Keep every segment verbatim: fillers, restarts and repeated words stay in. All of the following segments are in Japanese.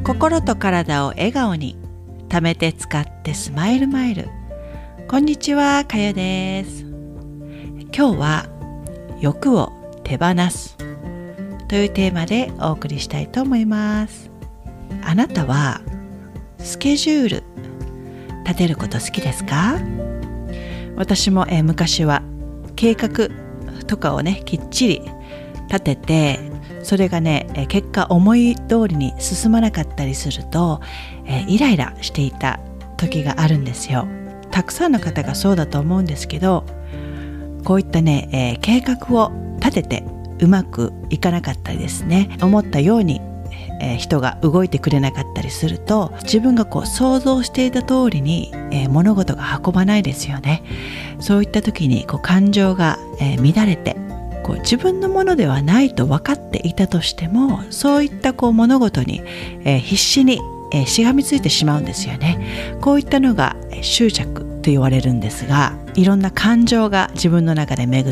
心と体を笑顔に、貯めて使ってスマイルマイル。こんにちは、かよです。今日は欲を手放すというテーマでお送りしたいと思います。あなたはスケジュール立てること好きですか？私もえ昔は計画とかをねきっちり立てて、それがね結果思い通りに進まなかったりすると、えイライラしていた時があるんですよ。たくさんの方がそうだと思うんですけど、こういったね、えー、計画を立ててうまくいかなかったりですね、思ったように、えー、人が動いてくれなかったりすると、自分がこう想像していた通りに、えー、物事が運ばないですよね。そういった時にこう感情が、えー、乱れて、こう自分のものではないと分かっていたとしても、そういったこう物事に、えー、必死に、えー、しがみついてしまうんですよね。こういったのが、えー、執着と言われるんですが、いろんな感情が自分の中で巡って、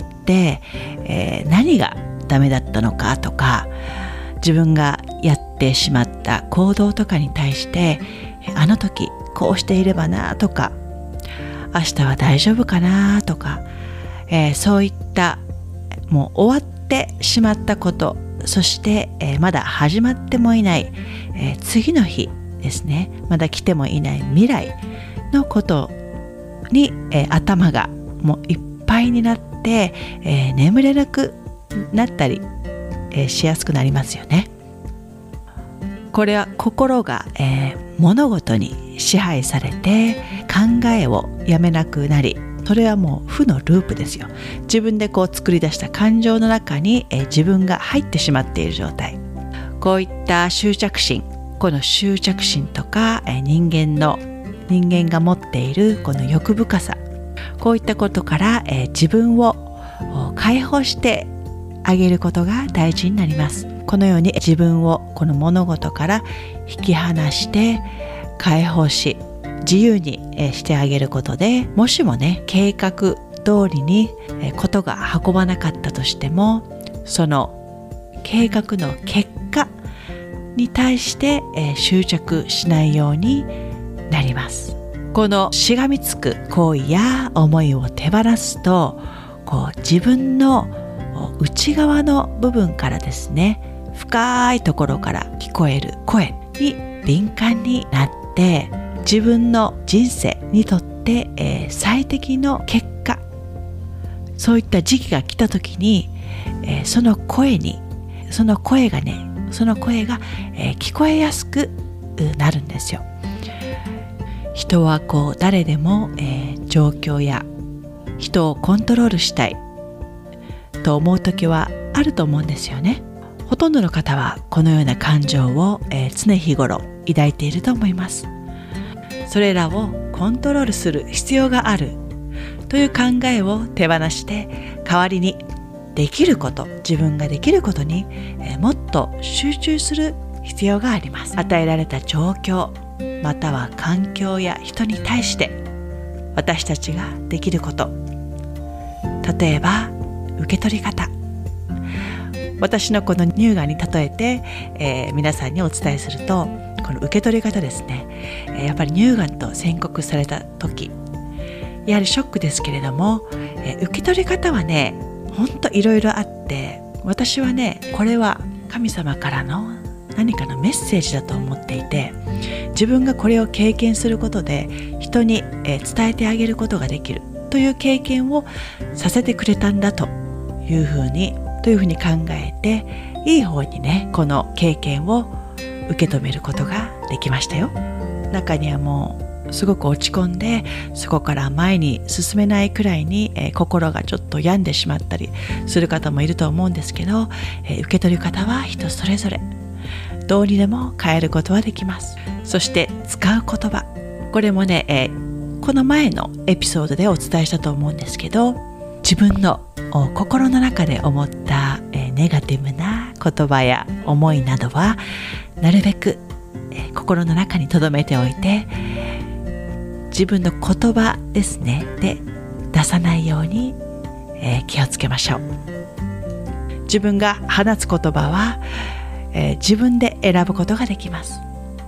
えー、何がダメだったのかとか、自分がやってしまった行動とかに対して、あの時こうしていればなとか、明日は大丈夫かなとか、えー、そういったもう終わってしまったこと、そして、えー、まだ始まってもいない、えー、次の日ですね、まだ来てもいない未来のことに、えー、頭がもういっぱいになって、えー、眠れなくなったり、えー、しやすくなりますよね。これは心が、えー、物事に支配されて考えをやめなくなり、それはもう負のループですよ。自分でこう作り出した感情の中に、えー、自分が入ってしまっている状態。こういった執着心、この執着心とか、えー、人間の人間が持っているこの欲深さ、こういったことから、えー、自分を解放してあげることが大事になります。このように自分をこの物事から引き離して解放し、自由にしてあげることで、もしもね計画通りにことが運ばなかったとしても、その計画の結果に対して執着しないようになります。このしがみつく行為や思いを手放すと、こう自分の内側の部分からですね、深いところから聞こえる声に敏感になって、自分の人生にとって、えー、最適の結果、そういった時期が来た時に、えー、その声にその声がねその声が、えー、聞こえやすくなるんですよ。人はこう誰でも、えー、状況や人をコントロールしたいと思う時はあると思うんですよね。ほとんどの方はこのような感情を、えー、常日頃抱いていると思います。それらをコントロールする必要があるという考えを手放して、代わりにできること、自分ができることに、えー、もっと集中する必要があります。与えられた状況、または環境や人に対して私たちができること、例えば受け取り方。私のこの乳がんに例えて、えー、皆さんにお伝えすると、この受け取り方ですね、えー、やっぱり乳がんと宣告された時、やはりショックですけれども、えー、受け取り方はねほんといろいろあって、私はねこれは神様からの何かのメッセージだと思っていて、自分がこれを経験することで人に、えー、伝えてあげることができるという経験をさせてくれたんだというふうにというふうに考えて、いい方にねこの経験を受け止めることができましたよ。中にはもうすごく落ち込んで、そこから前に進めないくらいに、えー、心がちょっと病んでしまったりする方もいると思うんですけど、えー、受け取り方は人それぞれ、どうにでも変えることはできます。そして使う言葉、これもね、えー、この前のエピソードでお伝えしたと思うんですけど、自分の心の中で思った、えー、ネガティブな言葉や思いなどはなるべく、えー、心の中に留めておいて、自分の言葉ですねで出さないように、えー、気をつけましょう。自分が放つ言葉は、えー、自分で選ぶことができます。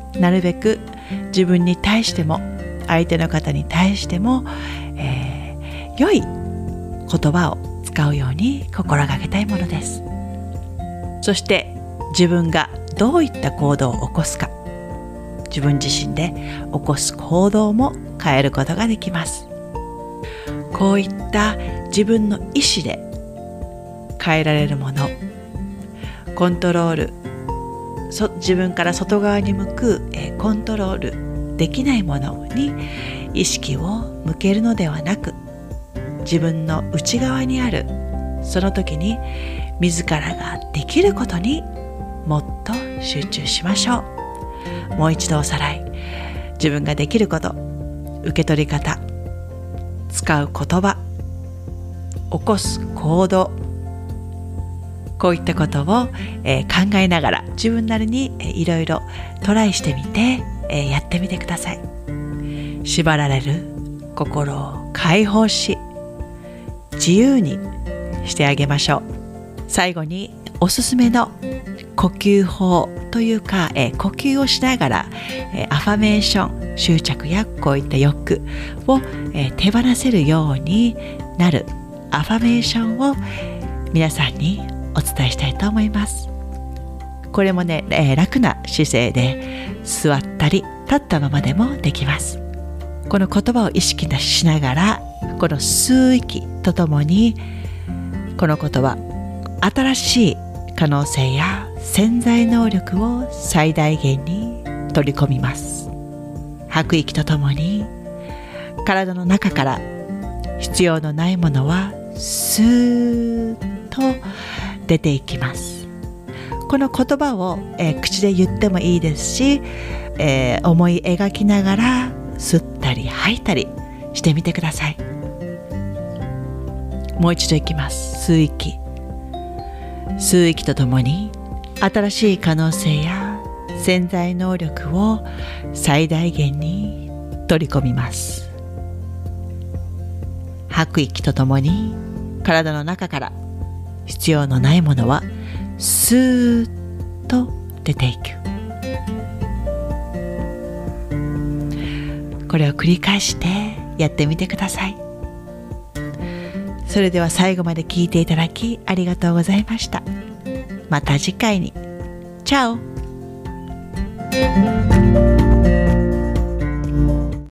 なるべく自分に対しても相手の方に対しても、えー、良い言葉を使うように心がけたいものです。そして自分がどういった行動を起こすか、自分自身で起こす行動も変えることができます。こういった自分の意思で変えられるもの、コントロール、そ自分から外側に向く、えー、コントロールできないものに意識を向けるのではなく、自分の内側にあるその時に自らができることにもっと集中しましょう。もう一度おさらい。自分ができること、受け取り方、使う言葉、起こす行動、こういったことを、えー、考えながら自分なりに、えー、いろいろトライしてみて、えー、やってみてください。縛られる心を解放し、自由にしてあげましょう。最後におすすめの呼吸法というか、えー、呼吸をしながら、えー、アファメーション、執着やこういった欲を、えー、手放せるようになるアファメーションを皆さんにお伝えしたいと思います。これもね、えー、楽な姿勢で座ったり立ったままでもできます。この言葉を意識しながら、この吸う息とともにこの言葉、新しい可能性や潜在能力を最大限に取り込みます。吐く息とともに体の中から必要のないものはスーッと出ていきます。この言葉を、えー、口で言ってもいいですし、えー、思い描きながら吸ったり吐いたりしてみてください。もう一度いきます。吸う息。吸う息とともに新しい可能性や潜在能力を最大限に取り込みます。吐く息とともに体の中から必要のないものはスーッと出ていく。これを繰り返してやってみてください。それでは最後まで聞いていただきありがとうございました。また次回に。チャオ。